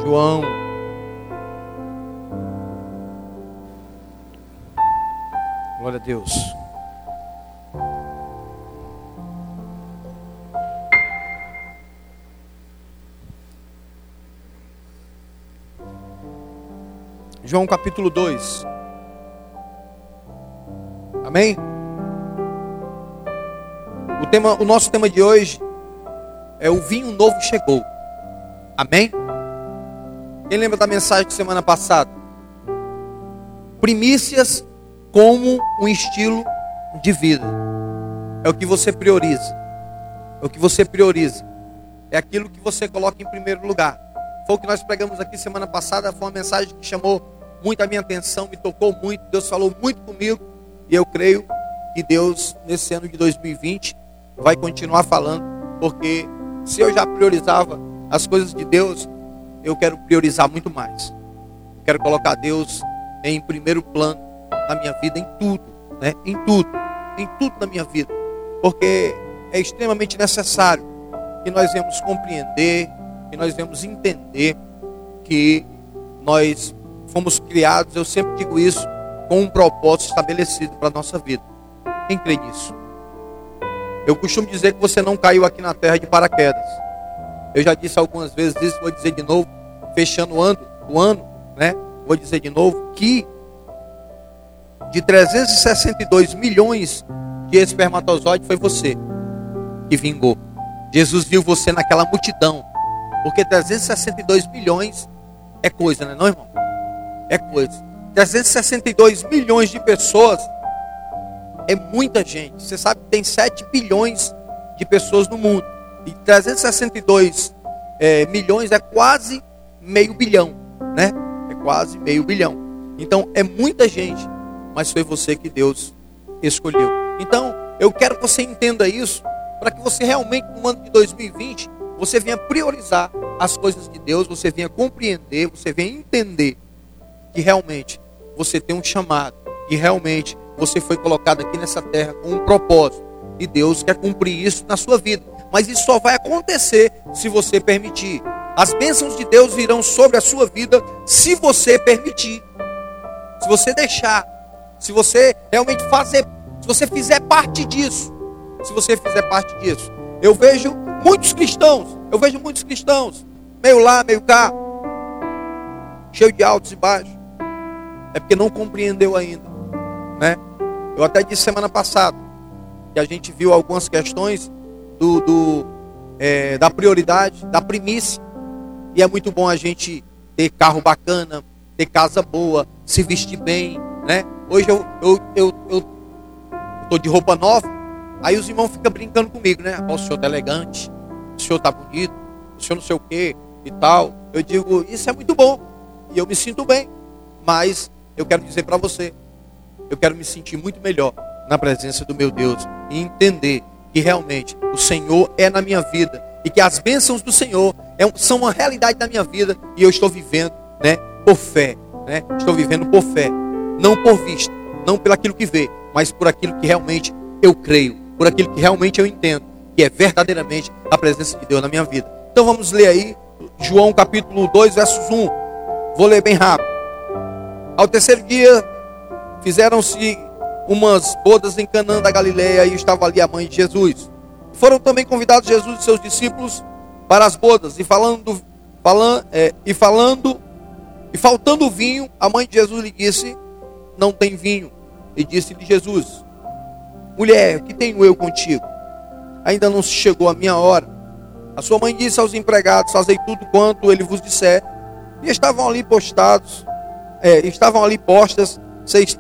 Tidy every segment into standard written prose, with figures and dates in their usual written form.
João. Glória a Deus. João capítulo 2. Amém? O nosso tema de hoje é o vinho novo chegou. Amém? Quem lembra da mensagem de semana passada? Primícias como um estilo de vida. É o que você prioriza. É o que você prioriza. É aquilo que você coloca em primeiro lugar. Foi o que nós pregamos aqui semana passada. Foi uma mensagem que chamou muito a minha atenção, me tocou muito. Deus falou muito comigo. E eu creio que Deus, nesse ano de 2020, vai continuar falando. Porque se eu já priorizava as coisas de Deus, eu quero priorizar muito mais. Quero colocar Deus em primeiro plano na minha vida, em tudo, né? Em tudo na minha vida. Porque é extremamente necessário que nós venhamos compreender, que nós venhamos entender que nós fomos criados, eu sempre digo isso, com um propósito estabelecido para a nossa vida. Quem crê nisso? Eu costumo dizer que você não caiu aqui na terra de paraquedas. Eu já disse algumas vezes isso, vou dizer de novo, fechando o ano, né? Vou dizer de novo que de 362 milhões de espermatozoides foi você que vingou. Jesus viu você naquela multidão. Porque 362 milhões é coisa, né, não, irmão? É coisa. 362 milhões de pessoas é muita gente. Você sabe que tem 7 bilhões de pessoas no mundo. E 362 milhões é quase meio bilhão, né? É quase meio bilhão. Então é muita gente, mas foi você que Deus escolheu. Então eu quero que você entenda isso, para que você realmente no ano de 2020, você venha priorizar as coisas de Deus, você venha compreender, você venha entender que realmente você tem um chamado, que realmente você foi colocado aqui nessa terra com um propósito, e Deus quer cumprir isso na sua vida. Mas isso só vai acontecer se você permitir. As bênçãos de Deus virão sobre a sua vida se você permitir. Se você deixar. Se você realmente fazer. Se você fizer parte disso. Se você fizer parte disso. Eu vejo muitos cristãos. Meio lá, meio cá. Cheio de altos e baixos. É porque não compreendeu ainda, né? Eu até disse semana passada que a gente viu algumas questões da prioridade, da primícia. E é muito bom a gente ter carro bacana, ter casa boa, se vestir bem, né? Hoje eu tô de roupa nova, aí os irmãos ficam brincando comigo, né? O senhor tá elegante, o senhor tá bonito, o senhor não sei o que e tal. Eu digo, isso é muito bom e eu me sinto bem, mas eu quero dizer para você, eu quero me sentir muito melhor na presença do meu Deus e entender que realmente o Senhor é na minha vida e que as bênçãos do Senhor são uma realidade da minha vida e eu estou vivendo, né, por fé, né? Estou vivendo por fé, não por vista, não pelo aquilo que vê, mas por aquilo que realmente eu creio, por aquilo que realmente eu entendo, que é verdadeiramente a presença de Deus na minha vida. Então vamos ler aí João capítulo 2, versos 1. Vou ler bem rápido. Ao terceiro dia, fizeram-se umas bodas em Canaã da Galileia e estava ali a mãe de Jesus. Foram também convidados Jesus e seus discípulos para as bodas. E faltando vinho, a mãe de Jesus lhe disse: não tem vinho. E disse-lhe Jesus: mulher, que tenho eu contigo? Ainda não se chegou a minha hora. A sua mãe disse aos empregados: fazei tudo quanto ele vos disser. E estavam ali postas 6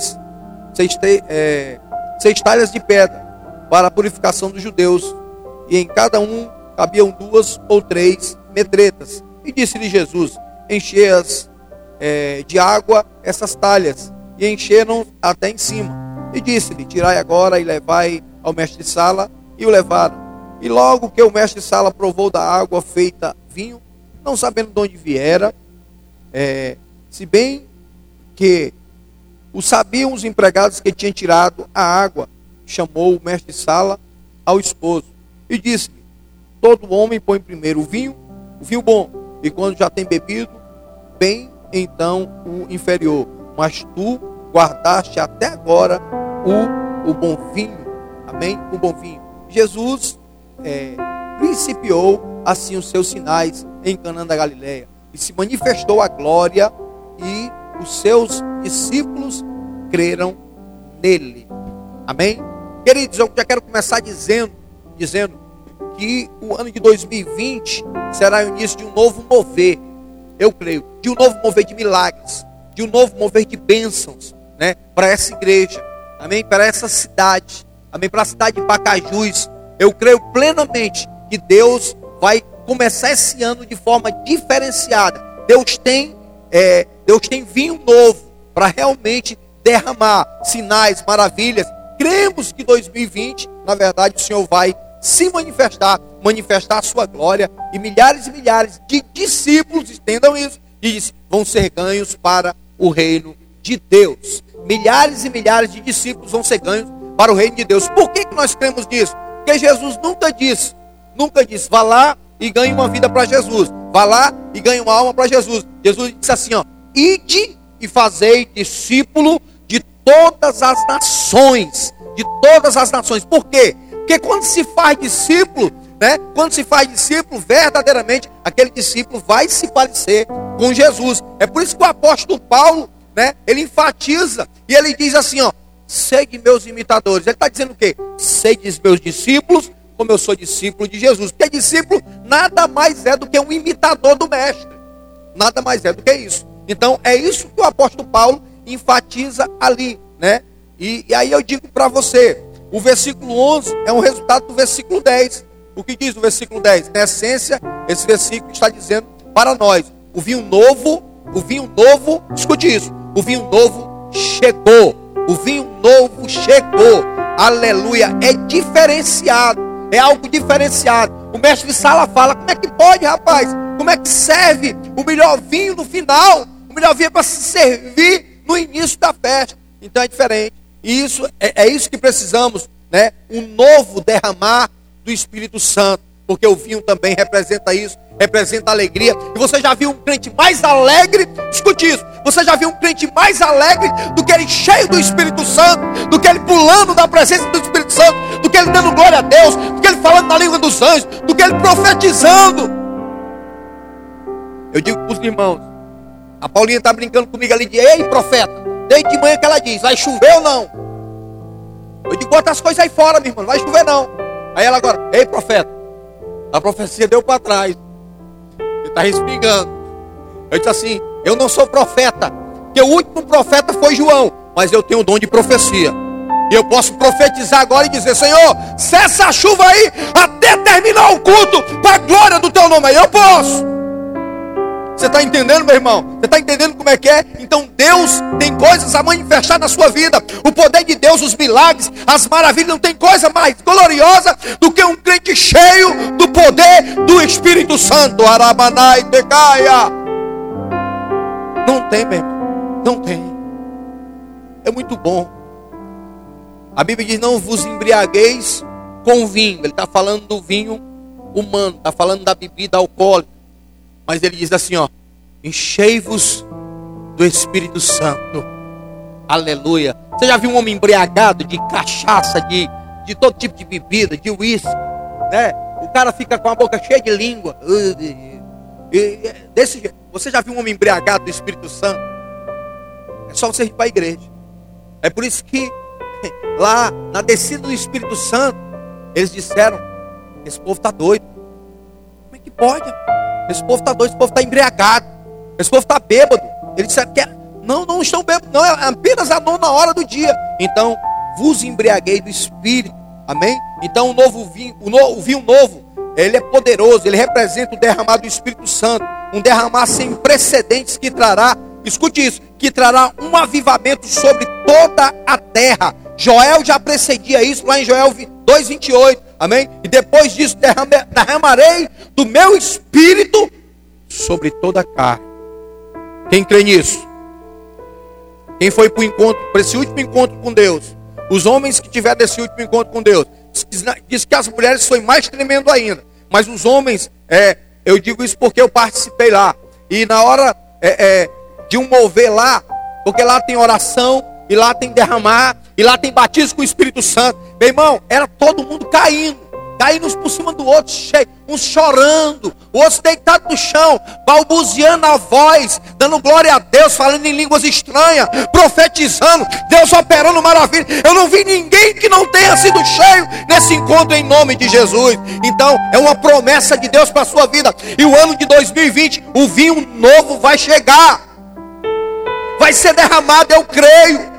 talhas de pedra para a purificação dos judeus, e em cada um cabiam 2 ou 3 metretas. E disse-lhe Jesus: enchei-as de água essas talhas. E encheram até em cima. E disse-lhe: tirai agora e levai ao mestre-sala. E o levaram. E logo que o mestre-sala provou da água feita vinho, não sabendo de onde viera, se bem que o sabiam os empregados que tinham tirado a água, chamou o mestre-sala ao esposo e disse-lhe: todo homem põe primeiro o vinho bom, e quando já tem bebido, bem então o inferior. Mas tu guardaste até agora o bom vinho. Amém? O bom vinho. Jesus principiou assim os seus sinais em Canaã da Galileia. E se manifestou a glória, e os seus discípulos creram nele. Amém? Queridos, eu já quero começar dizendo que o ano de 2020 será o início de um novo mover. Eu creio, de um novo mover de milagres, de um novo mover de bênçãos, né, para essa igreja, amém, para essa cidade, amém, para a cidade de Pacajus. Eu creio plenamente que Deus vai começar esse ano de forma diferenciada. Deus tem vinho novo para realmente derramar sinais, maravilhas. Cremos que 2020, na verdade, o Senhor vai se manifestar a sua glória, e milhares de discípulos, entendam isso, vão ser ganhos para o reino de Deus. Milhares e milhares de discípulos vão ser ganhos para o reino de Deus. Por que nós cremos nisso? Porque Jesus nunca disse, vá lá e ganhe uma vida para Jesus, vá lá e ganhe uma alma para Jesus. Jesus disse assim, ide e fazei discípulo de todas as nações, Por quê? Porque quando se faz discípulo, né? Quando se faz discípulo, verdadeiramente, aquele discípulo vai se parecer com Jesus. É por isso que o apóstolo Paulo, né? Ele enfatiza e ele diz assim, segue meus imitadores. Ele está dizendo o quê? Segue meus discípulos, como eu sou discípulo de Jesus. Porque discípulo nada mais é do que um imitador do mestre. Nada mais é do que isso. Então é isso que o apóstolo Paulo enfatiza ali, né? E aí eu digo para você, o versículo 11 é um resultado do versículo 10. O que diz o versículo 10? Na essência, esse versículo está dizendo para nós, o vinho novo, escute isso, o vinho novo chegou. O vinho novo chegou. Aleluia. É diferenciado. É algo diferenciado. O mestre de sala fala, como é que pode, rapaz? Como é que serve o melhor vinho no final? O melhor vinho é para se servir no início da festa. Então é diferente. E isso é isso que precisamos, né? Um novo derramar do Espírito Santo, porque o vinho também representa isso, representa alegria. E você já viu um crente mais alegre? Escute isso. Você já viu um crente mais alegre do que ele cheio do Espírito Santo, do que ele pulando da presença do Espírito Santo, do que ele dando glória a Deus, do que ele falando na língua dos anjos, do que ele profetizando? Eu digo para os irmãos, a Paulinha está brincando comigo ali de, ei profeta, desde de manhã que ela diz, vai chover ou não? Eu digo, bota as coisas aí fora, meu irmão, não vai chover não. Aí ela agora, ei profeta, a profecia deu para trás, ele está respingando. Eu disse assim, eu não sou profeta, porque o último profeta foi João, mas eu tenho o dom de profecia. E eu posso profetizar agora e dizer, Senhor, cessa a chuva aí, até terminar o culto, para a glória do teu nome. Aí eu posso. Você está entendendo, meu irmão? Você está entendendo como é que é? Então Deus tem coisas a manifestar na sua vida. O poder de Deus, os milagres, as maravilhas. Não tem coisa mais gloriosa do que um crente cheio do poder do Espírito Santo. Arabanai tecaia. Não tem, meu irmão. Não tem. É muito bom. A Bíblia diz, não vos embriagueis com vinho. Ele está falando do vinho humano. Está falando da bebida alcoólica. Mas ele diz assim, enchei-vos do Espírito Santo. Aleluia. Você já viu um homem embriagado de cachaça, de todo tipo de bebida, de uísque, né? O cara fica com a boca cheia de língua. Desse jeito. Você já viu um homem embriagado do Espírito Santo? É só você ir para a igreja. É por isso que lá na descida do Espírito Santo, eles disseram, esse povo está doido. Como é que pode? Esse povo está doido, esse povo está embriagado, esse povo está bêbado. Eles disseram que não estão bêbados, não, é apenas a 9ª hora do dia. Então, vos embriaguei do Espírito, amém? Então o vinho novo, ele é poderoso, ele representa o derramar do Espírito Santo, um derramar sem precedentes que trará, escute isso, que trará um avivamento sobre toda a terra. Joel já precedia isso lá em Joel 2:28. Amém? E depois disso derramarei do meu Espírito sobre toda a carne. Quem crê nisso? Quem foi para o encontro, para esse último encontro com Deus? Os homens que tiveram esse último encontro com Deus. Diz que as mulheres foi mais tremendo ainda. Mas os homens Eu digo isso porque eu participei lá. E na hora de um mover lá, porque lá tem oração, e lá tem derramar, e lá tem batismo com o Espírito Santo. Meu irmão, era todo mundo caindo uns por cima do outro, cheio, uns chorando, outros deitados no chão, balbuciando a voz, dando glória a Deus, falando em línguas estranhas, profetizando, Deus operando maravilha. Eu não vi ninguém que não tenha sido cheio nesse encontro em nome de Jesus. Então é uma promessa de Deus para a sua vida. E o ano de 2020, o vinho novo vai chegar, vai ser derramado, eu creio.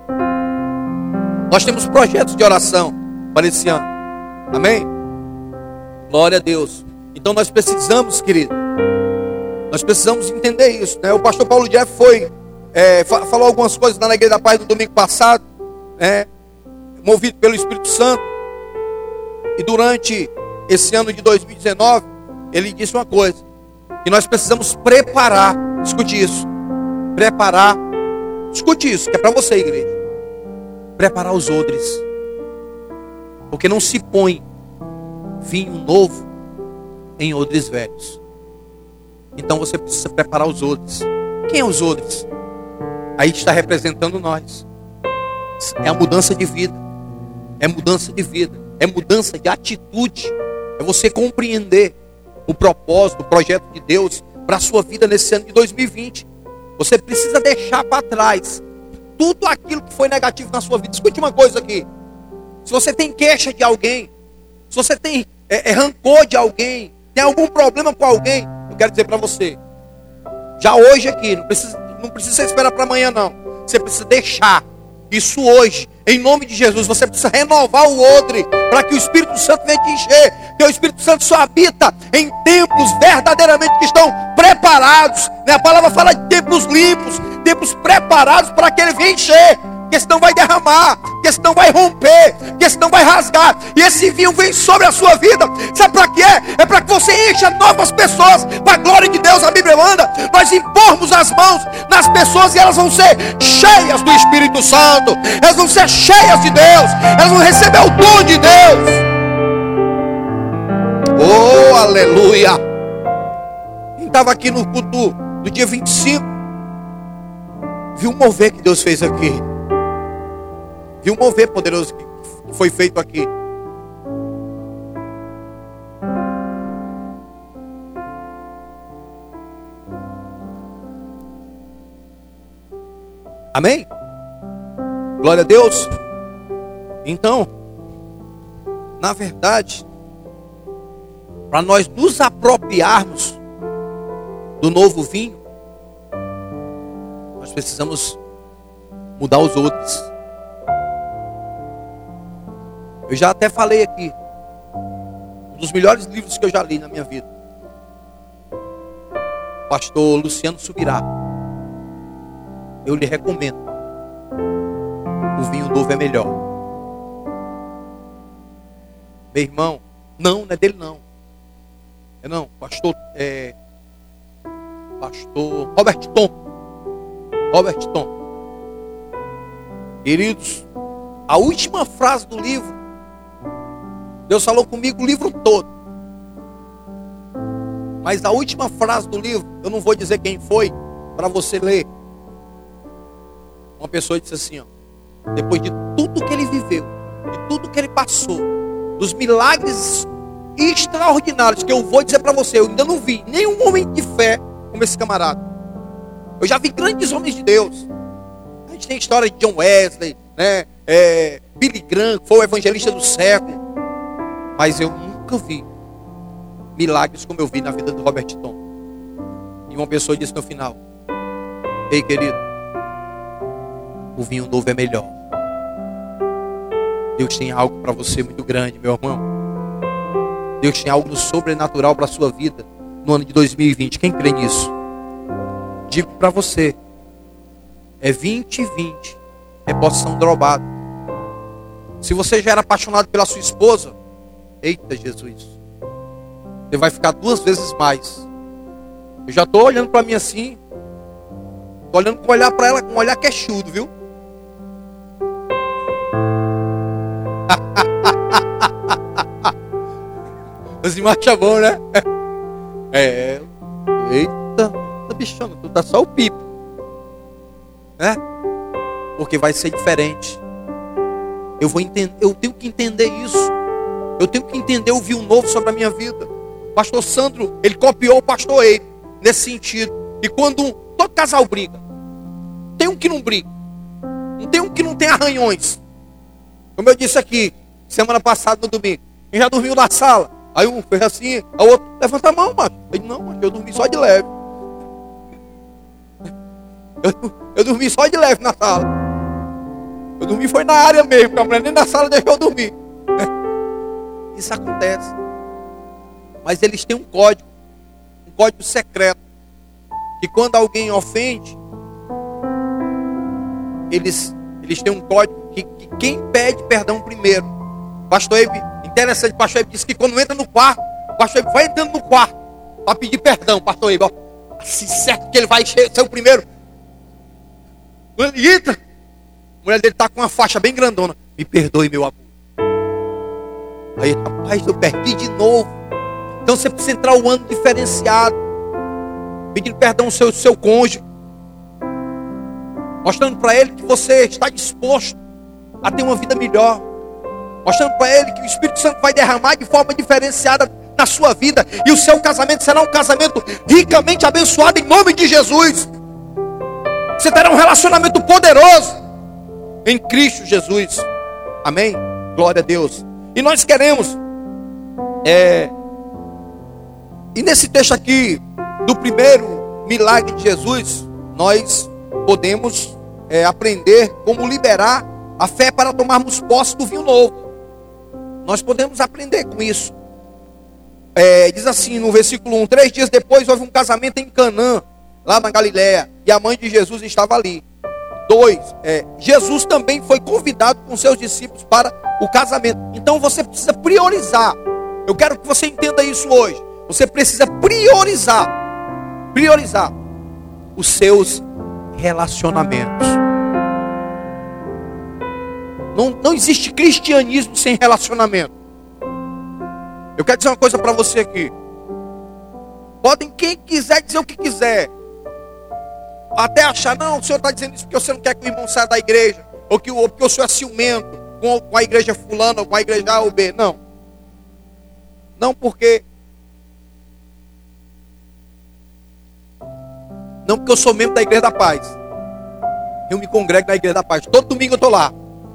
Nós temos projetos de oração para esse ano. Amém? Glória a Deus. Então nós precisamos, querido, nós precisamos entender isso, né? O pastor Paulo Jeff falou algumas coisas na Igreja da Paz no domingo passado, né? Movido pelo Espírito Santo. E durante esse ano de 2019, ele disse uma coisa, que nós precisamos preparar, escute isso, preparar, escute isso, que é para você, igreja. Preparar os odres, porque não se põe vinho novo em odres velhos. Então você precisa preparar os odres. Quem é os odres? Aí está representando nós. É a mudança de vida, é mudança de vida, é mudança de atitude, é você compreender o propósito, o projeto de Deus para a sua vida nesse ano de 2020. Você precisa deixar para trás tudo aquilo que foi negativo na sua vida. Escute uma coisa aqui. Se você tem queixa de alguém, se você tem rancor de alguém, tem algum problema com alguém, eu quero dizer para você, já hoje aqui, não precisa esperar para amanhã não. Você precisa deixar isso hoje, em nome de Jesus. Você precisa renovar o odre, para que o Espírito Santo venha te encher. Porque o Espírito Santo só habita em templos verdadeiramente que estão preparados, né? A palavra fala de templos limpos, templos preparados para que ele venha encher. Porque senão vai derramar, porque senão vai romper, porque senão vai rasgar. E esse vinho vem sobre a sua vida. Sabe para quê? É para que você encha novas pessoas. Para a glória de Deus, a Bíblia manda nós impormos as mãos nas pessoas e elas vão ser cheias do Espírito Santo. Elas vão ser cheias de Deus. Elas vão receber o dom de Deus. Oh, aleluia. Quem estava aqui no culto do dia 25 viu o mover que Deus fez aqui. Viu um mover poderoso que foi feito aqui. Amém? Glória a Deus. Então, na verdade, para nós nos apropriarmos do novo vinho, nós precisamos mudar os outros. Eu já até falei aqui, um dos melhores livros que eu já li na minha vida, pastor Luciano Subirá. Eu lhe recomendo. O vinho novo é melhor. Meu irmão, não é dele não. É não, pastor Robert Tom. Queridos, a última frase do livro, Deus falou comigo o livro todo. Mas a última frase do livro, eu não vou dizer quem foi, para você ler. Uma pessoa disse assim, ó, depois de tudo que ele viveu, de tudo que ele passou, dos milagres extraordinários que eu vou dizer para você, eu ainda não vi nenhum homem de fé como esse camarada. Eu já vi grandes homens de Deus. A gente tem a história de John Wesley, né? Billy Graham, que foi o evangelista do século. Mas eu nunca vi milagres como eu vi na vida do Robert Tom. E uma pessoa disse no final, ei querido, o vinho novo é melhor. Deus tem algo para você muito grande, meu irmão. Deus tem algo sobrenatural para a sua vida no ano de 2020. Quem crê nisso? Digo para você, é 2020, é porção dobrada. Se você já era apaixonado pela sua esposa, eita Jesus, você vai ficar 2 vezes mais. Eu já estou olhando para mim assim, estou olhando com olhar para ela, com um olhar queixudo, viu? Os imagem é bom, né? Eita, bichona, tu tá só o pipo. Né? Porque vai ser diferente. Eu tenho que entender isso. Eu tenho que entender o vinho novo sobre a minha vida. O pastor Sandro, ele copiou o pastor Eire nesse sentido. E quando todo casal briga, tem um que não briga, não tem um que não tem arranhões. Como eu disse aqui semana passada no domingo, quem já dormiu na sala, aí um fez assim, a outro levanta a mão, macho. Eu disse, não, macho, eu dormi só de leve. Eu dormi só de leve na sala. Eu dormi foi na área mesmo, porque a mulher nem na sala deixou eu dormir. Isso acontece. Mas eles têm um código secreto, que quando alguém ofende, eles têm um código que quem pede perdão primeiro. Pastor Ebe, interessante, pastor Ebe disse que quando entra no quarto, o pastor Ebe vai entrando no quarto para pedir perdão, pastor Ebe, assim certo que ele vai ser o primeiro. Quando ele entra, a mulher dele está com uma faixa bem grandona. Me perdoe, meu amor. Aí, rapaz, eu perdi de novo. Então você precisa entrar o ano diferenciado, pedindo perdão ao seu cônjuge, mostrando para ele que você está disposto a ter uma vida melhor, mostrando para ele que o Espírito Santo vai derramar de forma diferenciada na sua vida, e o seu casamento será um casamento ricamente abençoado em nome de Jesus. Você terá um relacionamento poderoso em Cristo Jesus. Amém? Glória a Deus. E nós queremos e nesse texto aqui do primeiro milagre de Jesus, nós podemos aprender como liberar a fé para tomarmos posse do vinho novo. Nós podemos aprender com isso. Diz assim no versículo 1: 3 dias depois houve um casamento em Canaã, lá na Galileia, e a mãe de Jesus estava ali. 2, Jesus também foi convidado com seus discípulos para o casamento. Então você precisa priorizar. Eu quero que você entenda isso hoje. Você precisa priorizar os seus relacionamentos. Não existe cristianismo sem relacionamento. Eu quero dizer uma coisa para você aqui. Podem quem quiser dizer o que quiser, até achar, não, o senhor está dizendo isso porque você não quer que o irmão saia da igreja, ou porque o senhor é ciumento com a igreja fulana, ou com a igreja A ou B. Não, porque eu sou membro da Igreja da Paz. Eu me congrego na Igreja da Paz. Todo domingo eu estou lá.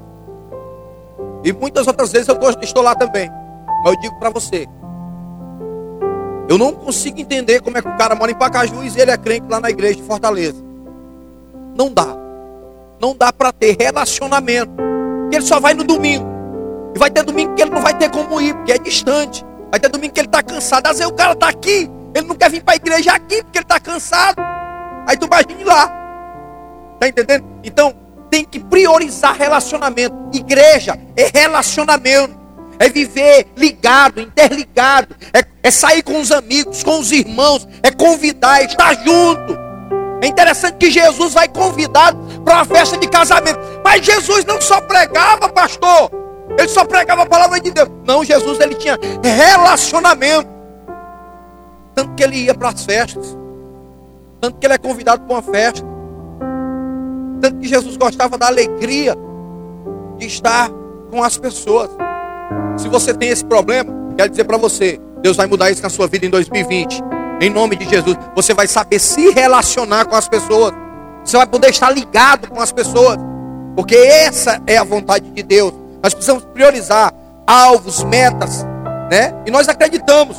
E muitas outras vezes eu estou lá também. Mas eu digo para você, eu não consigo entender como é que o cara mora em Pacajus e ele é crente lá na igreja de Fortaleza. Não dá para ter relacionamento, porque ele só vai no domingo. E vai ter domingo que ele não vai ter como ir, porque é distante. Vai ter domingo que ele está cansado. Às vezes o cara está aqui, ele não quer vir para a igreja aqui, porque ele está cansado. Aí tu vai vir lá. Está entendendo? Então tem que priorizar relacionamento. Igreja é relacionamento. É viver ligado, interligado. É sair com os amigos, com os irmãos. É convidar, é estar junto. É interessante que Jesus vai convidado para uma festa de casamento. Mas Jesus não só pregava, pastor. Ele só pregava a palavra de Deus. Não, Jesus ele tinha relacionamento. Tanto que ele ia para as festas. Tanto que ele é convidado para uma festa. Tanto que Jesus gostava da alegria de estar com as pessoas. Se você tem esse problema, quero dizer para você, Deus vai mudar isso na sua vida em 2020. Em nome de Jesus. Você vai saber se relacionar com as pessoas. Você vai poder estar ligado com as pessoas. Porque essa é a vontade de Deus. Nós precisamos priorizar alvos, metas, né? E nós acreditamos.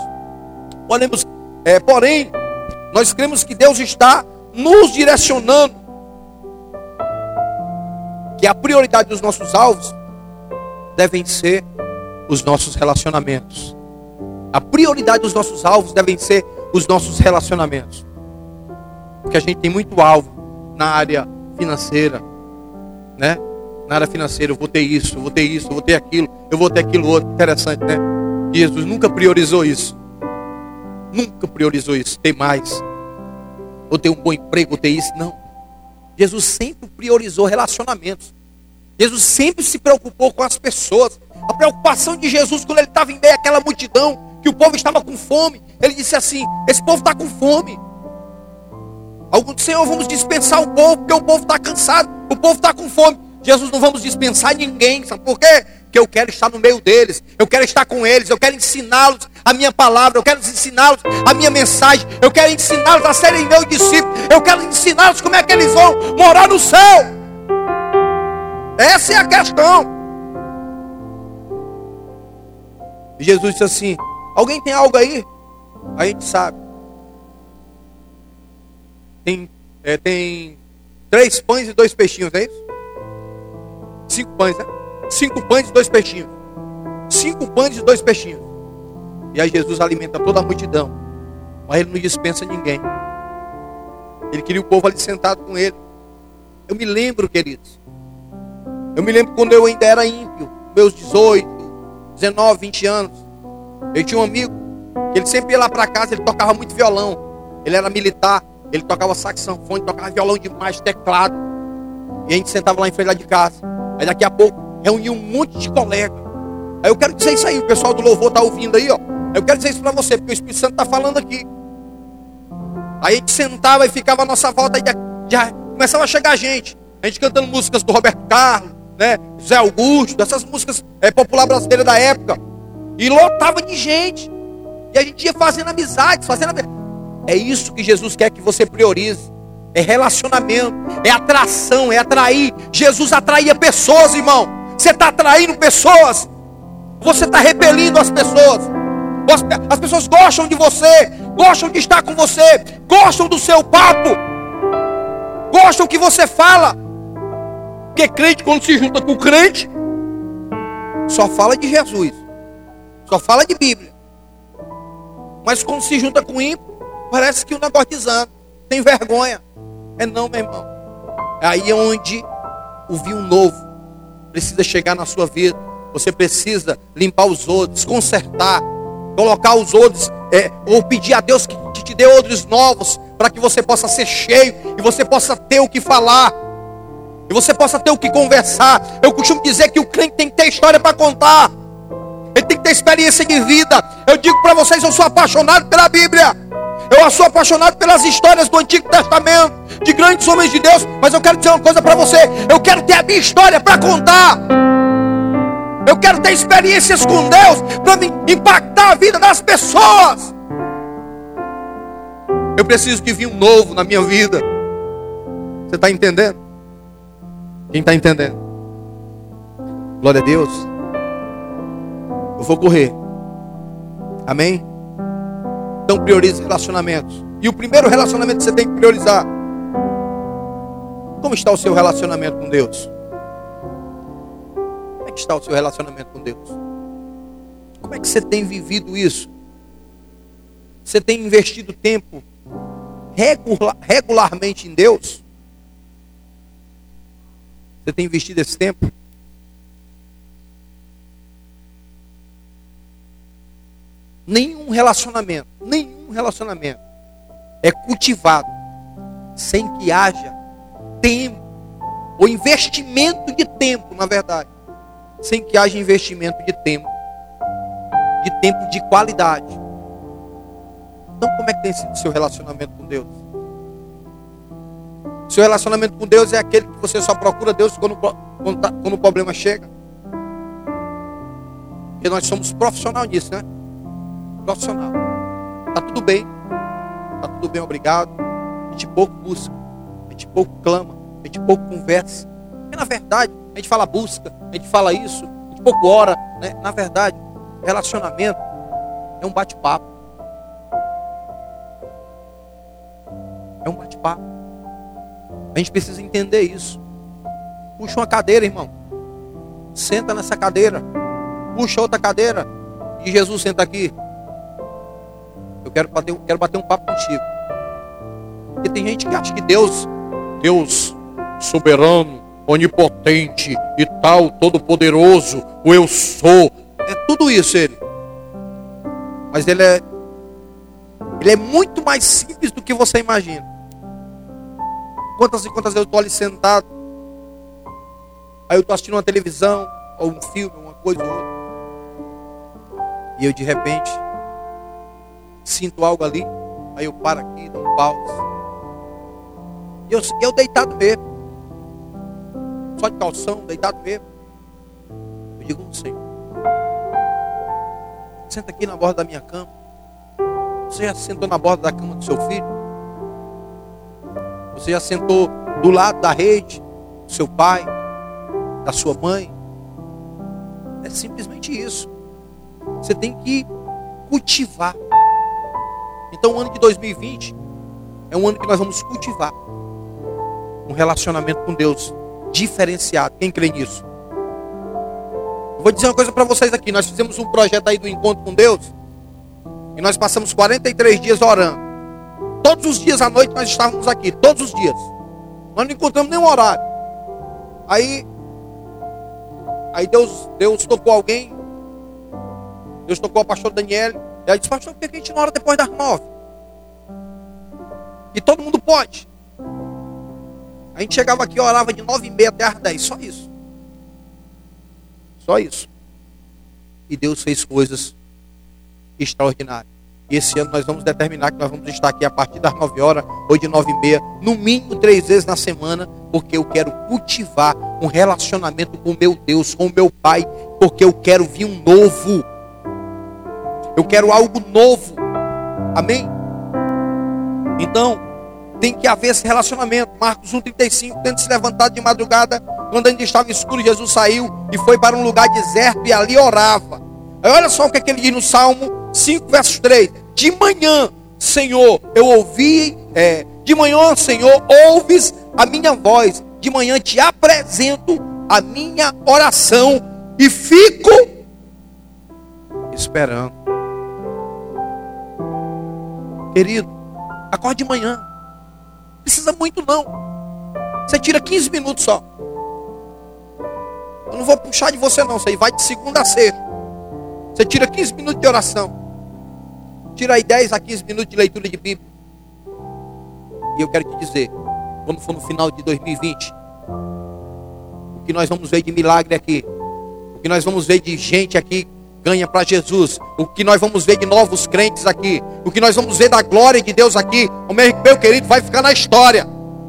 Porém, nós cremos que Deus está nos direcionando. Que a prioridade dos nossos alvos devem ser os nossos relacionamentos. A prioridade dos nossos alvos devem ser os nossos relacionamentos. Porque a gente tem muito alvo na área financeira, né? Na área financeira, eu vou ter isso, eu vou ter isso, eu vou ter aquilo, eu vou ter aquilo outro. Interessante, né? Jesus nunca priorizou isso. Nunca priorizou isso, ter mais. Vou ter um bom emprego, vou ter isso. Não. Jesus sempre priorizou relacionamentos. Jesus sempre se preocupou com as pessoas. A preocupação de Jesus quando ele estava em meio àquela multidão, que o povo estava com fome. Ele disse assim: esse povo está com fome. Alguns disse: Senhor, vamos dispensar o povo, porque o povo está cansado, o povo está com fome. Jesus, não vamos dispensar ninguém, sabe por quê? Porque eu quero estar no meio deles, eu quero estar com eles, eu quero ensiná-los a minha palavra, eu quero ensiná-los a minha mensagem, eu quero ensiná-los a serem meus discípulos, eu quero ensiná-los como é que eles vão morar no céu. Essa é a questão. E Jesus disse assim: alguém tem algo aí? A gente sabe. Tem 3 pães e 2 peixinhos, não é isso? 5 pães, né? 5 pães e 2 peixinhos. 5 pães e 2 peixinhos. E aí Jesus alimenta toda a multidão, mas ele não dispensa ninguém. Ele queria o povo ali sentado com ele. Eu me lembro, queridos, eu me lembro quando eu ainda era ímpio, meus 18, 19, 20 anos. Eu tinha um amigo que ele sempre ia lá para casa, ele tocava muito violão. Ele era militar, ele tocava saxofone, tocava violão demais, teclado. E a gente sentava lá em frente lá de casa. Aí daqui a pouco reunia um monte de colega. Aí eu quero dizer isso aí, o pessoal do louvor está ouvindo aí, ó. Eu quero dizer isso para você, porque o Espírito Santo está falando aqui. Aí a gente sentava e ficava à nossa volta, e já começava a chegar gente. A gente cantando músicas do Roberto Carlos, né? José Augusto, essas músicas popular brasileiras da época. E lotava de gente. E a gente ia fazendo amizades, É isso que Jesus quer que você priorize. É relacionamento, é atração, é atrair. Jesus atraía pessoas, irmão. Você está atraindo pessoas, você está repelindo as pessoas. As pessoas gostam de você, gostam de estar com você, gostam do seu papo, gostam que você fala. Porque crente, quando se junta com crente, só fala de Jesus, só fala de Bíblia. Mas quando se junta com ímpio, parece que o negócio desanda, tem vergonha. É não, meu irmão. É aí onde o vinho novo precisa chegar na sua vida. Você precisa limpar os odres, consertar, colocar os odres, ou pedir a Deus que te dê odres novos, para que você possa ser cheio, e você possa ter o que falar, e você possa ter o que conversar. Eu costumo dizer que o crente tem que ter história para contar, ele tem que ter experiência de vida. Eu digo para vocês, eu sou apaixonado pela Bíblia, eu sou apaixonado pelas histórias do Antigo Testamento, de grandes homens de Deus. Mas eu quero dizer uma coisa para você: eu quero ter a minha história para contar. Eu quero ter experiências com Deus para me impactar a vida das pessoas. Eu preciso de vinho novo na minha vida. Você está entendendo? Quem está entendendo? Glória a Deus. Eu vou correr. Amém? Então priorize relacionamentos. E o primeiro relacionamento que você tem que priorizar: como está o seu relacionamento com Deus? Como é que está o seu relacionamento com Deus? Como é que você tem vivido isso? Você tem investido tempo regularmente em Deus? Você tem investido esse tempo? Nenhum relacionamento é cultivado sem que haja tempo, ou investimento de tempo, na verdade, sem que haja investimento de tempo de qualidade. Então, como é que tem sido o seu relacionamento com Deus? Seu relacionamento com Deus é aquele que você só procura Deus quando o problema chega? Porque nós somos profissionais nisso, né? Profissional. Está tudo bem, obrigado. A gente pouco busca, a gente pouco clama, a gente pouco conversa. Porque na verdade, a gente fala busca, a gente fala isso, a gente pouco ora, né? Na verdade, relacionamento é um bate-papo. É um bate-papo. A gente precisa entender isso. Puxa uma cadeira, irmão. Senta nessa cadeira. Puxa outra cadeira. E Jesus senta aqui. Eu quero bater um papo contigo. Porque tem gente que acha que Deus soberano, onipotente e tal, todo-poderoso, o eu sou, é tudo isso ele. Mas ele é muito mais simples do que você imagina. Quantas e quantas vezes eu estou ali sentado, aí eu estou assistindo uma televisão, ou um filme, uma coisa ou outra, e eu de repente sinto algo ali, aí eu paro aqui, dou um pause. E eu deitado mesmo, só de calção, deitado mesmo. Eu digo, Senhor, senta aqui na borda da minha cama. Você já sentou na borda da cama do seu filho? Você já sentou do lado da rede do seu pai, da sua mãe? É simplesmente isso. Você tem que cultivar. Então o ano de 2020 é um ano que nós vamos cultivar um relacionamento com Deus diferenciado. Quem crê nisso? Eu vou dizer uma coisa para vocês aqui. Nós fizemos um projeto aí do encontro com Deus e nós passamos 43 dias orando. Todos os dias à noite nós estávamos aqui, todos os dias. Nós não encontramos nenhum horário. Aí Deus tocou alguém. Deus tocou o pastor Daniel. E ela disse, pastor, por que a gente não ora depois das 9? E todo mundo pode. A gente chegava aqui e orava de 9h30 até às 10. Só isso. Só isso. E Deus fez coisas extraordinárias. E esse ano nós vamos determinar que nós vamos estar aqui a partir das 9 horas ou de 9h30, no mínimo 3 vezes na semana, porque eu quero cultivar um relacionamento com o meu Deus, com o meu Pai, porque eu quero vir um novo. Eu quero algo novo. Amém? Então, tem que haver esse relacionamento. Marcos 1,35, tendo se levantado de madrugada, quando ainda estava escuro, Jesus saiu e foi para um lugar deserto e ali orava. Aí olha só o que ele diz no Salmo 5, verso 3. De manhã, Senhor, eu ouvi, de manhã, Senhor, ouves a minha voz. De manhã te apresento a minha oração e fico esperando. Querido, acorde de manhã. Não precisa muito não. Você tira 15 minutos só. Eu não vou puxar de você não. Você vai de segunda a sexta. Você tira 15 minutos de oração. Tira aí 10 a 15 minutos de leitura de Bíblia. E eu quero te dizer, quando for no final de 2020, o que nós vamos ver de milagre aqui, o que nós vamos ver de gente aqui ganha para Jesus, o que nós vamos ver de novos crentes aqui, o que nós vamos ver da glória de Deus aqui, o meu querido, vai ficar na história.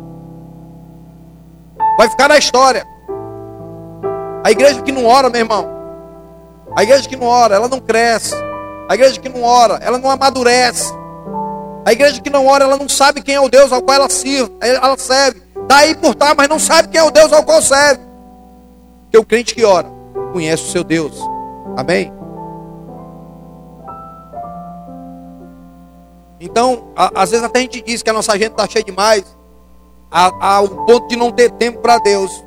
Vai ficar na história. A igreja que não ora, meu irmão, a igreja que não ora, ela não cresce. A igreja que não ora, ela não amadurece. A igreja que não ora, ela não sabe quem é o Deus ao qual ela serve. Está aí por estar, mas não sabe quem é o Deus ao qual serve. Porque o crente que ora conhece o seu Deus. Amém? Então, às vezes até a gente diz que a nossa agenda está cheia demais, ao ponto de não ter tempo para Deus.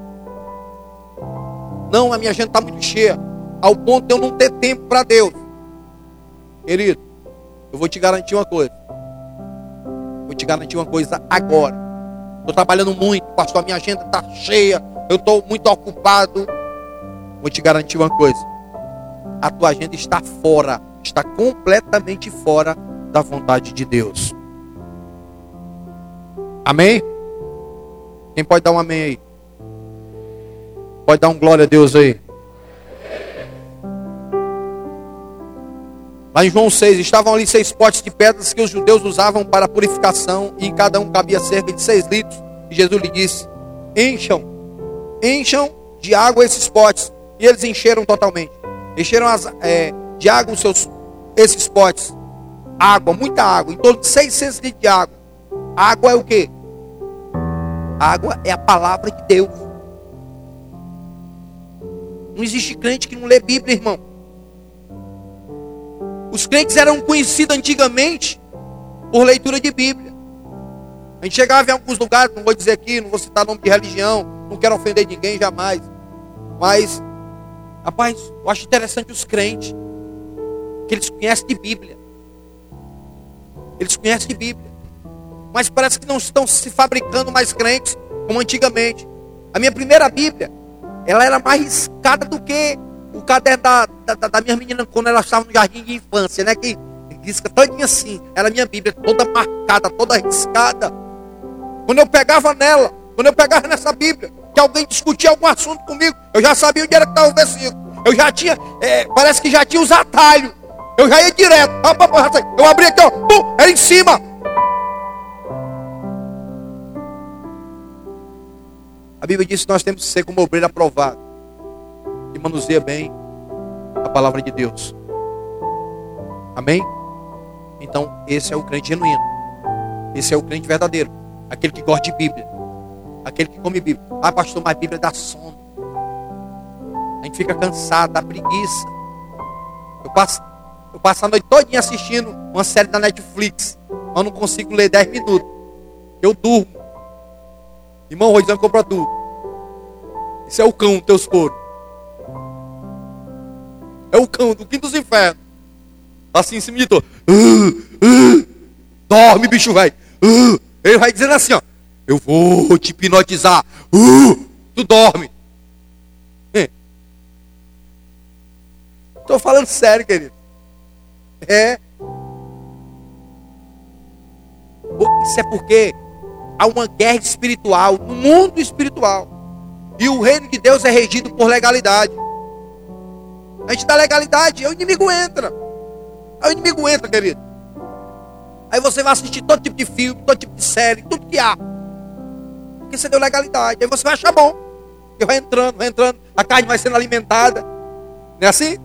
Não, a minha agenda está muito cheia, ao ponto de eu não ter tempo para Deus. Querido, eu vou te garantir uma coisa. Vou te garantir uma coisa agora. Estou trabalhando muito, pastor, a minha agenda está cheia, eu estou muito ocupado. Vou te garantir uma coisa. A tua agenda está fora, está completamente fora da vontade de Deus. Amém? Quem pode dar um amém aí? Pode dar um glória a Deus aí. Lá em João 6, estavam ali 6 potes de pedras que os judeus usavam para purificação, e em cada um cabia cerca de 6 litros. E Jesus lhe disse, encham de água esses potes. E eles encheram totalmente. Encheram de água esses potes. Água, muita água, em torno de 600 litros de água. Água é o quê? Água é a palavra de Deus. Não existe crente que não lê Bíblia, irmão. Os crentes eram conhecidos antigamente por leitura de Bíblia. A gente chegava em alguns lugares, não vou dizer aqui, não vou citar nome de religião, não quero ofender ninguém jamais. Mas, rapaz, eu acho interessante os crentes, que eles conhecem de Bíblia. Eles conhecem de Bíblia. Mas parece que não estão se fabricando mais crentes como antigamente. A minha primeira Bíblia, ela era mais riscada do que o caderno da minha menina quando ela estava no jardim de infância, né? Que risca todinha assim. Era a minha Bíblia toda marcada, toda riscada. Quando eu pegava nessa Bíblia, que alguém discutia algum assunto comigo, eu já sabia onde era que estava o versículo. Eu já tinha, parece que já tinha os atalhos. Eu já ia direto. Eu abri aqui, ó, pum, era em cima. A Bíblia diz que nós temos que ser como obreiro aprovado, que manuseia bem a palavra de Deus. Amém? Então, esse é o crente genuíno. Esse é o crente verdadeiro. Aquele que gosta de Bíblia. Aquele que come Bíblia. Ah, pastor, mas Bíblia dá sono. A gente fica cansado, dá preguiça. Eu passo a noite todinha assistindo uma série da Netflix. Mas não consigo ler 10 minutos. Eu durmo. Irmão Roizão comprou tu. Esse é o cão, teus coros. É o cão do quinto dos infernos. Assim em cima de tu. Dorme, bicho velho. Ele vai dizendo assim, ó. Eu vou te hipnotizar. Tu dorme. Estou falando sério, querido. Isso é porque há uma guerra espiritual no mundo espiritual. E o reino de Deus é regido por legalidade. A gente dá legalidade, aí o inimigo entra. Aí o inimigo entra, querido. Aí você vai assistir todo tipo de filme, todo tipo de série, tudo que há. Porque você deu legalidade. Aí você vai achar bom. Porque vai entrando, a carne vai sendo alimentada. Não é assim?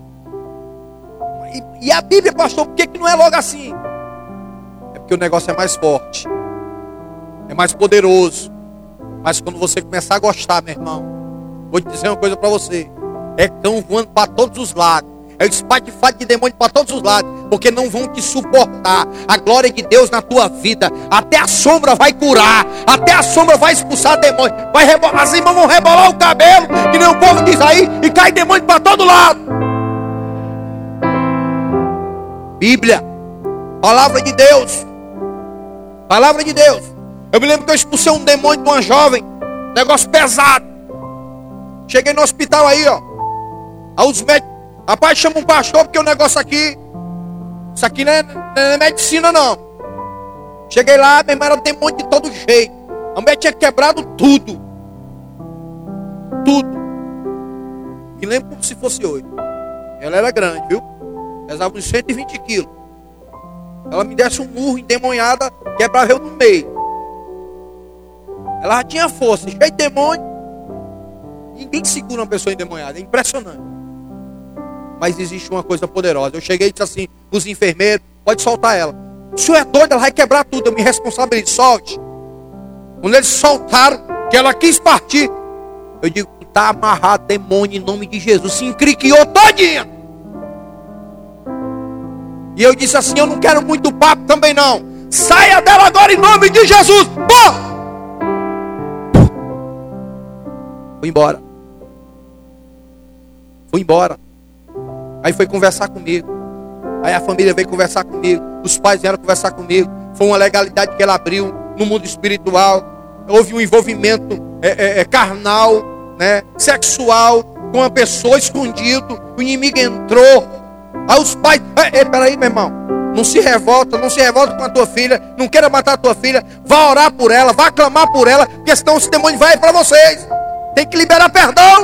E a Bíblia, pastor, por que não é logo assim? É porque o negócio é mais forte. É mais poderoso. Mas quando você começar a gostar, meu irmão, vou te dizer uma coisa para você. É cão voando para todos os lados. É espatifado de demônio para todos os lados. Porque não vão te suportar a glória de Deus na tua vida. Até a sombra vai curar. Até a sombra vai expulsar demônio. As irmãs vão rebolar o cabelo, que nem o povo diz aí, e cai demônio para todo lado. Bíblia, palavra de Deus. Palavra de Deus. Eu me lembro que eu expulsei um demônio de uma jovem. Negócio pesado. Cheguei no hospital aí, ó. Aí os médicos, rapaz, chama um pastor, porque o negócio aqui, isso aqui não é medicina, não. Cheguei lá, meu irmão, era demônio de todo jeito. A mulher tinha quebrado tudo. Tudo. Me lembro como se fosse hoje. Ela era grande, viu? Pesava uns 120 quilos. Ela me desse um murro endemoniada, quebrava eu no meio. Ela já tinha força, cheio de demônio. Ninguém segura uma pessoa endemoniada, é impressionante. Mas existe uma coisa poderosa. Eu cheguei e disse assim, os enfermeiros, pode soltar ela. O senhor é doido, ela vai quebrar tudo, eu me responsabilizo, solte. Quando eles soltaram, que ela quis partir, eu digo, está amarrado, demônio, em nome de Jesus. Se encriquiou todinha. E eu disse assim, eu não quero muito papo também não. Saia dela agora em nome de Jesus. Pô! Fui embora. Fui embora. Aí foi conversar comigo. Aí a família veio conversar comigo. Os pais vieram conversar comigo. Foi uma legalidade que ela abriu no mundo espiritual. Houve um envolvimento carnal, né, sexual, com uma pessoa escondido. O inimigo entrou. Aí os pais, peraí, meu irmão. Não se revolta com a tua filha. Não queira matar a tua filha. Vá orar por ela, vá clamar por ela, porque senão esse demônio vai para vocês. Tem que liberar perdão.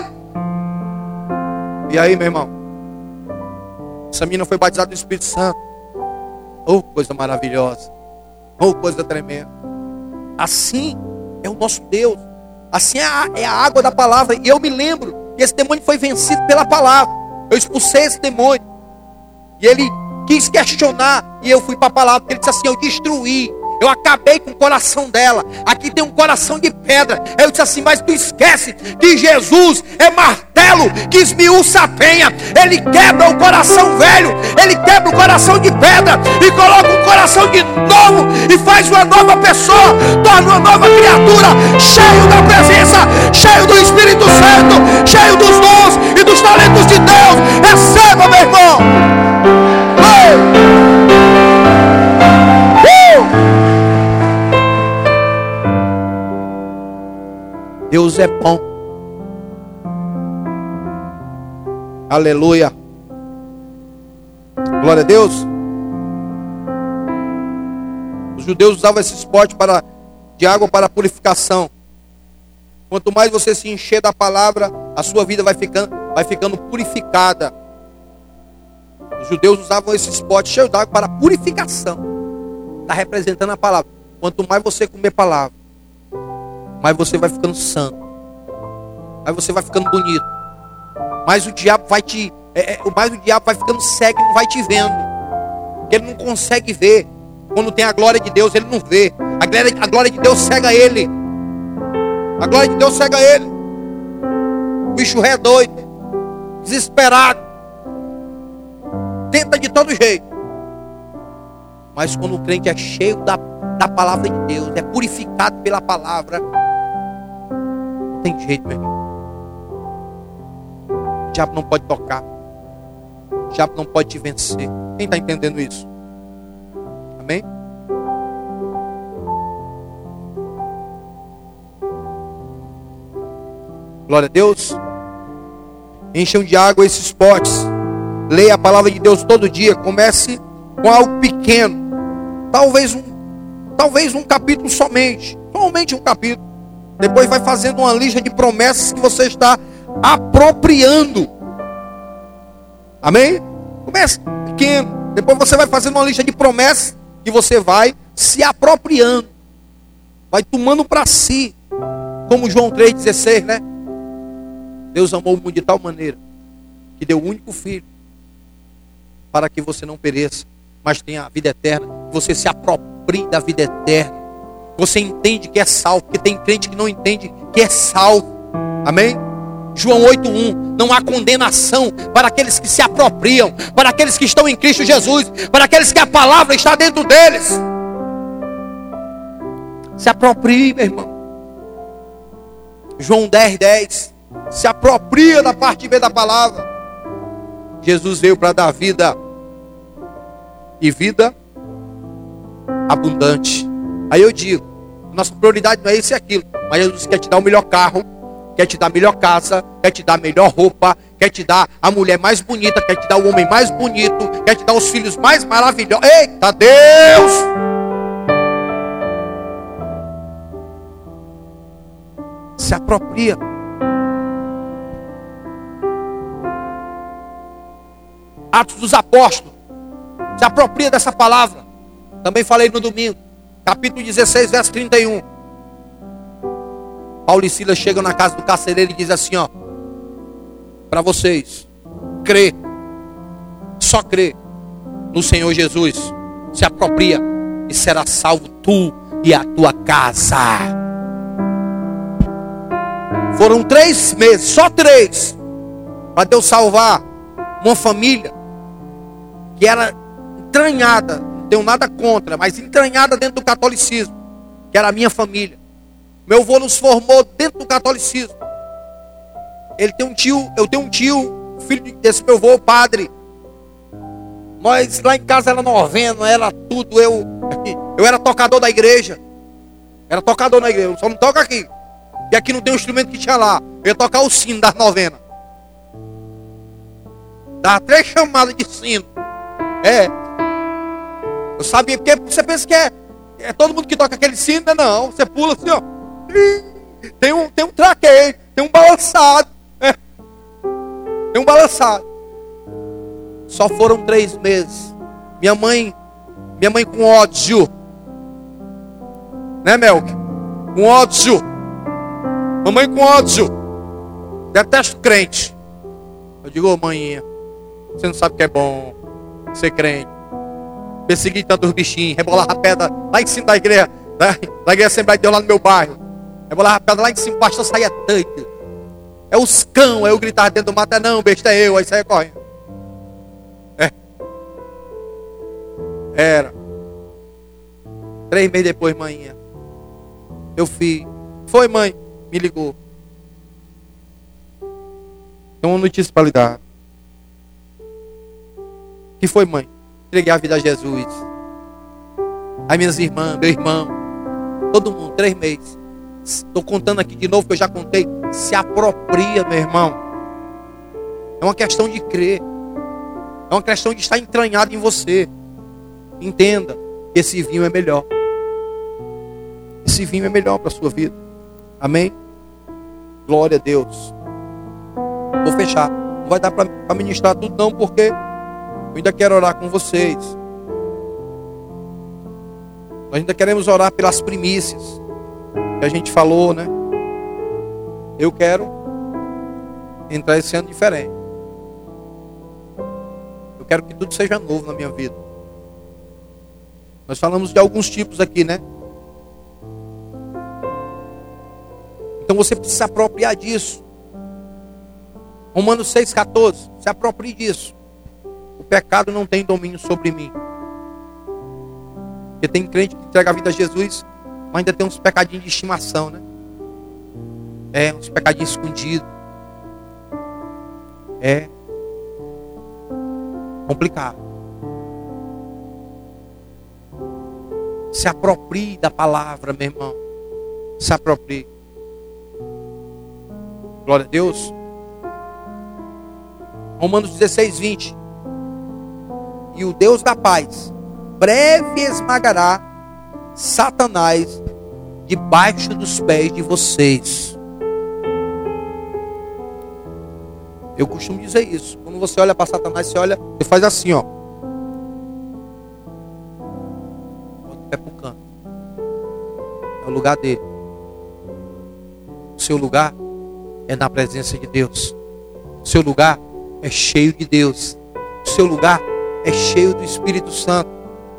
E aí, meu irmão, essa menina foi batizada no Espírito Santo. Oh, coisa maravilhosa. Oh, coisa tremenda. Assim é o nosso Deus. Assim é a água da palavra. E eu me lembro que esse demônio foi vencido pela palavra. Eu expulsei esse demônio. E ele quis questionar. E eu fui para a palavra. Porque ele disse assim, eu destruí. Eu acabei com o coração dela. Aqui tem um coração de pedra. Eu disse assim, mas tu esquece que Jesus é martelo que esmiuça a penha. Ele quebra o coração velho. Ele quebra o coração de pedra e coloca um coração de novo e faz uma nova pessoa. Torna uma nova criatura, cheio da presença, cheio do Espírito Santo, cheio dos dons e dos talentos de Deus. Receba, meu irmão. Deus é bom. Aleluia. Glória a Deus. Os judeus usavam esse esporte de água para purificação. Quanto mais você se encher da palavra, a sua vida vai ficando purificada. Os judeus usavam esses potes cheios d'água para purificação. Está representando a palavra. Quanto mais você comer palavra, mais você vai ficando santo, mais você vai ficando bonito, mais o diabo vai ficando cego e não vai te vendo. Porque ele não consegue ver. Quando tem a glória de Deus, ele não vê. A glória de Deus cega ele. A glória de Deus cega ele. O bicho é doido, desesperado, tenta de todo jeito. Mas quando o crente é cheio da palavra de Deus, é purificado pela palavra, não tem jeito, meu irmão. O diabo não pode tocar. O diabo não pode te vencer. Quem está entendendo isso? Amém? Glória a Deus. Encham de água esses potes. Leia a palavra de Deus todo dia. Comece com algo pequeno. Talvez um capítulo somente. Somente um capítulo. Depois vai fazendo uma lista de promessas que você está apropriando. Amém? Comece pequeno. Depois você vai fazendo uma lista de promessas que você vai se apropriando. Vai tomando para si. Como João 3,16, né? Deus amou o mundo de tal maneira que deu o único filho para que você não pereça, mas tenha a vida eterna. Você se aproprie da vida eterna. Você entende que é salvo, porque tem crente que não entende que é salvo. Amém? João 8,1. Não há condenação para aqueles que se apropriam, para aqueles que estão em Cristo Jesus, para aqueles que a palavra está dentro deles. Se aproprie, meu irmão. João 10,10. Se apropria da parte B da palavra. Jesus veio para dar vida, e vida abundante. Aí eu digo, nossa prioridade não é isso e aquilo, mas Jesus quer te dar o melhor carro, quer te dar a melhor casa, quer te dar a melhor roupa, quer te dar a mulher mais bonita, quer te dar o homem mais bonito, quer te dar os filhos mais maravilhosos. Eita Deus! Se apropria. Atos dos Apóstolos. Se apropria dessa palavra. Também falei no domingo. Capítulo 16, verso 31. Paulo e Silas chegam na casa do carcereiro e dizem assim, ó: para vocês, crê, só crê no Senhor Jesus, se apropria e será salvo tu e a tua casa. Foram 3 meses, só 3, para Deus salvar uma família que era entranhada, não tenho nada contra, mas entranhada dentro do catolicismo, que era a minha família. Meu avô nos formou dentro do catolicismo. Eu tenho um tio, filho desse meu avô, padre. Nós lá em casa era novena, era tudo. Eu era tocador da igreja. Era tocador na igreja, só não toca aqui. E aqui não tem um instrumento que tinha lá. Eu ia tocar o sino das novenas. Dava 3 chamadas de sino. Eu sabia, porque você pensa que é todo mundo que toca aquele sino, não. Você pula assim, ó. Tem um traqueio, tem um balançado. Tem um balançado. Só foram 3 meses. Minha mãe com ódio. Né, Melk? Com ódio. Mamãe com ódio. Detesto crente. Eu digo, ô maninha, você não sabe que é bom ser crente. Persegui tantos bichinhos, rebolava a pedra lá em cima da igreja, da igreja Assembleia de Deus lá no meu bairro. Rebolava a pedra lá em cima, o pastor saía doido. É os cão, aí eu gritava dentro do mato, não, besta é eu, aí saia correndo. Era. 3 meses depois, maninha, meu filho, foi mãe, me ligou. Tem uma notícia para lhe dar. Que foi, mãe? Entreguei a vida a Jesus. As minhas irmãs, meu irmão, todo mundo, 3 meses. Estou contando aqui de novo, que eu já contei. Se apropria, meu irmão. É uma questão de crer. É uma questão de estar entranhado em você. Entenda que esse vinho é melhor. Esse vinho é melhor para a sua vida. Amém? Glória a Deus. Vou fechar. Não vai dar para ministrar tudo não, porque Eu ainda quero orar com vocês. Nós ainda queremos orar pelas primícias que a gente falou, né? Eu quero entrar esse ano diferente. Eu quero que tudo seja novo na minha vida. Nós falamos de alguns tipos aqui, né? Então você precisa se apropriar disso. Romanos 6,14. Se aproprie disso. O pecado não tem domínio sobre mim. Porque tem crente que entrega a vida a Jesus, mas ainda tem uns pecadinhos de estimação, né? Uns pecadinhos escondidos. É complicado. Se aproprie da palavra, meu irmão. Se aproprie. Glória a Deus. Romanos 16:20. E o Deus da paz breve esmagará Satanás debaixo dos pés de vocês. Eu costumo dizer isso. Quando você olha para Satanás, você faz assim, ó. Bota o pé pro canto. É o lugar dele. O seu lugar é na presença de Deus. O seu lugar é cheio de Deus. O seu lugar é cheio do Espírito Santo.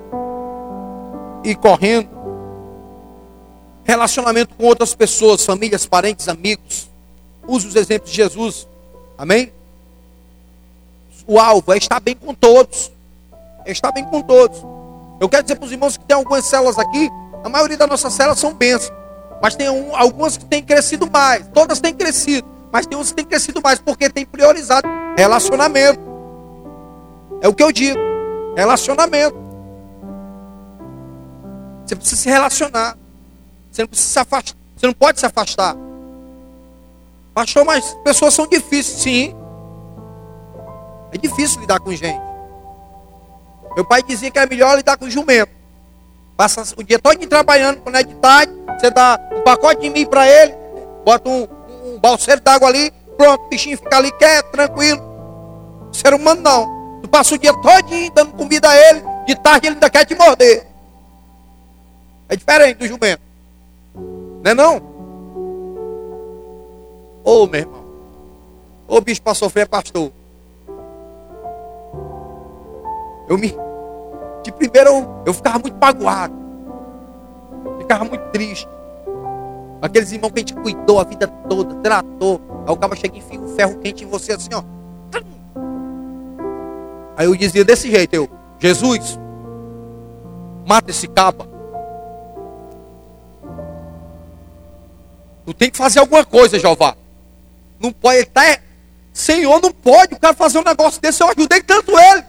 E correndo. Relacionamento com outras pessoas, famílias, parentes, amigos. Use os exemplos de Jesus. Amém? O alvo é estar bem com todos. É estar bem com todos. Eu quero dizer para os irmãos que tem algumas células aqui. A maioria das nossas células são bênçãos. Mas tem algumas que têm crescido mais. Todas têm crescido. Mas tem umas que têm crescido mais porque tem priorizado relacionamento. É o que eu digo. Relacionamento. Você precisa se relacionar. Você não precisa se afastar. Você não pode se afastar. Pastor, mas pessoas são difíceis. Sim. É difícil lidar com gente. Meu pai dizia que é melhor lidar com jumento. Passa o dia todo trabalhando, quando é de tarde, você dá um pacote de milho para ele, bota um balseiro d'água ali, pronto, o bichinho fica ali quieto, tranquilo. O ser humano não. Tu passa o dia todinho dando comida a ele, de tarde ele ainda quer te morder. É diferente do jumento. Não é não? Ô, meu irmão. Ô, bicho para sofrer é pastor. De primeiro eu ficava muito magoado. Ficava muito triste. Aqueles irmãos que a gente cuidou a vida toda, tratou. Aí o cara chega e enfia um ferro quente em você assim, ó. Aí eu dizia desse jeito, Jesus, mata esse caba. Tu tem que fazer alguma coisa, Jeová. Não pode, ele tá... Senhor, não pode o cara fazer um negócio desse. Eu ajudei tanto ele.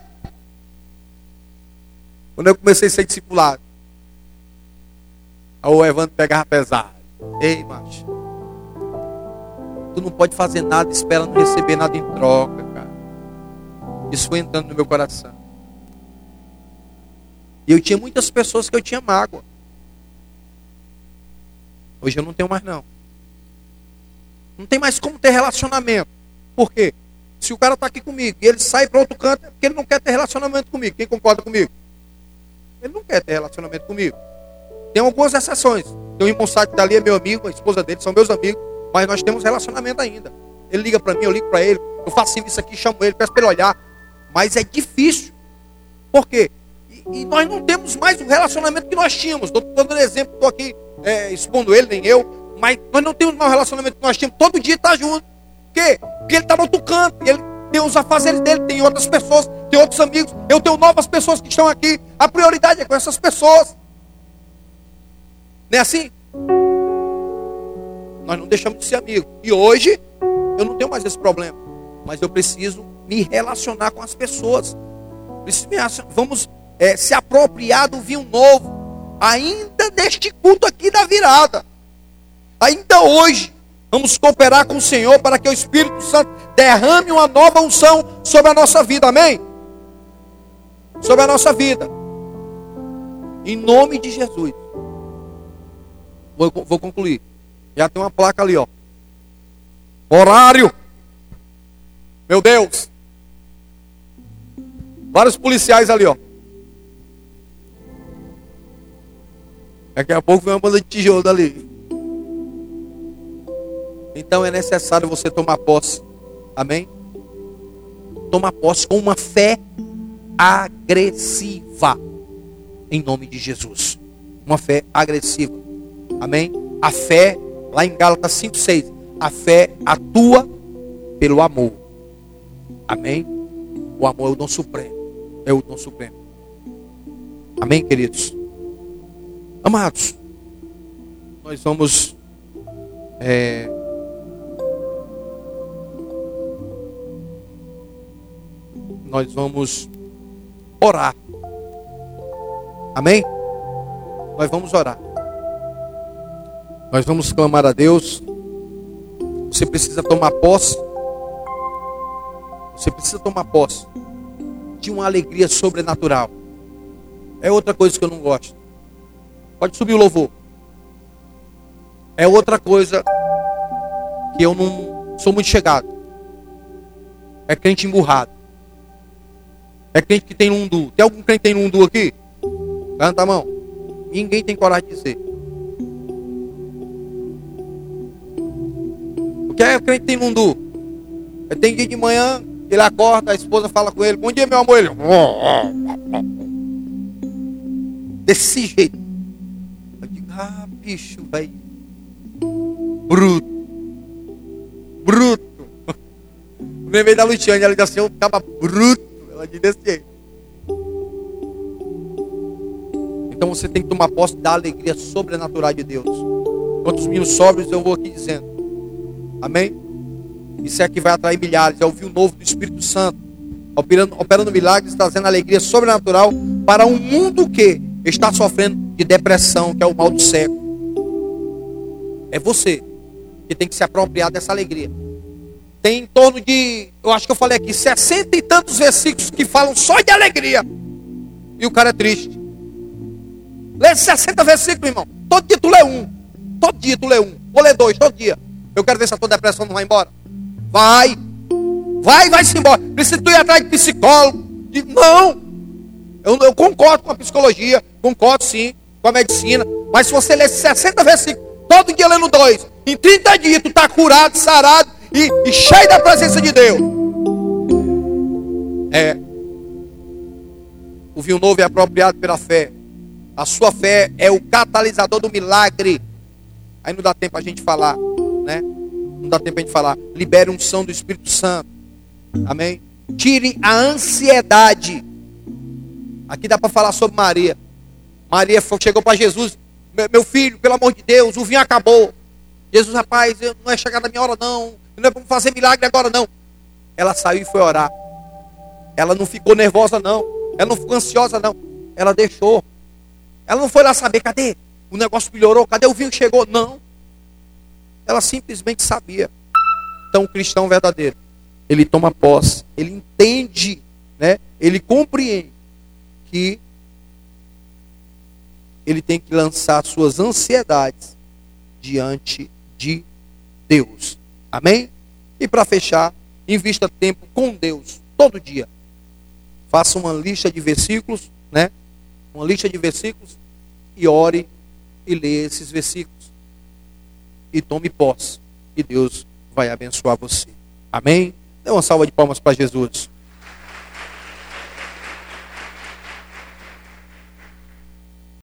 Quando eu comecei a ser discipulado, aí o Evandro pegava pesado. Ei, macho, tu não pode fazer nada esperando receber nada em troca, cara. Isso foi entrando no meu coração. E eu tinha muitas pessoas que eu tinha mágoa. Hoje eu não tenho mais não. Não tem mais como ter relacionamento. Por quê? Se o cara está aqui comigo e ele sai para outro canto, é porque ele não quer ter relacionamento comigo. Quem concorda comigo? Ele não quer ter relacionamento comigo. Tem algumas exceções. Tem um irmão Sá que está ali, é meu amigo, a esposa dele, são meus amigos. Mas nós temos relacionamento ainda. Ele liga para mim, eu ligo para ele. Eu faço serviço aqui, chamo ele, peço para ele olhar. Mas é difícil. Por quê? E nós não temos mais o relacionamento que nós tínhamos. Estou dando exemplo, estou aqui expondo ele, nem eu. Mas nós não temos mais o relacionamento que nós tínhamos. Todo dia está junto. Por quê? Porque ele está no outro canto. Ele tem os afazeres dele, tem outras pessoas, tem outros amigos. Eu tenho novas pessoas que estão aqui. A prioridade é com essas pessoas. Não é assim? Nós não deixamos de ser amigos. E hoje, eu não tenho mais esse problema. Mas eu preciso me relacionar com as pessoas. Vamos se apropriar do vinho novo. Ainda neste culto aqui da virada. Ainda hoje. Vamos cooperar com o Senhor para que o Espírito Santo derrame uma nova unção sobre a nossa vida. Amém? Sobre a nossa vida. Em nome de Jesus. Vou concluir. Já tem uma placa ali, ó. Horário. Meu Deus. Vários policiais ali, ó. Daqui a pouco vem uma banda de tijolo dali. Então é necessário você tomar posse. Amém? Tomar posse com uma fé agressiva. Em nome de Jesus. Uma fé agressiva. Amém? A fé, lá em Gálatas 5:6, a fé atua pelo amor. Amém? O amor é o dom supremo. É o dom supremo. Amém, queridos? Amados, nós vamos orar. Amém? Nós vamos orar. Nós vamos clamar a Deus. Você precisa tomar posse. Você precisa tomar posse de uma alegria sobrenatural. É outra coisa que eu não gosto. Pode subir o louvor. É outra coisa que eu não sou muito chegado. É crente emburrado. É crente que tem lundu. Tem algum crente que tem lundu aqui? Levanta a mão. Ninguém tem coragem de dizer. O que é o crente que tem lundu? Tem dia de manhã, ele acorda, a esposa fala com ele: bom dia, meu amor. Ele... desse jeito. Eu digo: ah, bicho, velho. Bruto. Eu lembrei da Luciane, ela disse assim: eu ficava bruto. Ela diz desse jeito. Então você tem que tomar posse da alegria sobrenatural de Deus. Quantos meninos sóbrios eu vou aqui dizendo. Amém? Isso é que vai atrair milhares. É ouvir o novo do Espírito Santo. Operando milagres, trazendo alegria sobrenatural para um mundo que está sofrendo de depressão, que é o mal do século. É você que tem que se apropriar dessa alegria. Tem em torno de, eu acho que eu falei aqui, 60 e tantos versículos que falam só de alegria. E o cara é triste. Lê 60 versículos, irmão. Todo dia tu lê um. Todo dia tu lê um. Vou ler 2, todo dia. Eu quero ver se a tua depressão não vai embora. Vai-se embora. Precisa tu ir atrás de psicólogo. Não. Eu concordo com a psicologia. Concordo sim com a medicina. Mas se você ler 60 versículos, todo dia lendo 2, em 30 dias tu está curado, sarado e cheio da presença de Deus. O vinho novo é apropriado pela fé. A sua fé é o catalisador do milagre. Aí não dá tempo a gente falar, né? Não dá tempo a gente falar. Libere unção do Espírito Santo. Amém? Tire a ansiedade. Aqui dá para falar sobre Maria. Maria chegou para Jesus: meu filho, pelo amor de Deus, o vinho acabou. Jesus: rapaz, não é chegada a minha hora não. Não é para fazer milagre agora não. Ela saiu e foi orar. Ela não ficou nervosa não. Ela não ficou ansiosa não. Ela deixou. Ela não foi lá saber: cadê? O negócio melhorou? Cadê o vinho que chegou? Não. Ela simplesmente sabia. Então o cristão verdadeiro, ele toma posse. Ele entende, né? Ele compreende que ele tem que lançar suas ansiedades diante de Deus. Amém? E para fechar, invista tempo com Deus todo dia. Faça uma lista de versículos, né? Uma lista de versículos e ore e leia esses versículos. E tome posse. E Deus vai abençoar você. Amém? Dê uma salva de palmas para Jesus.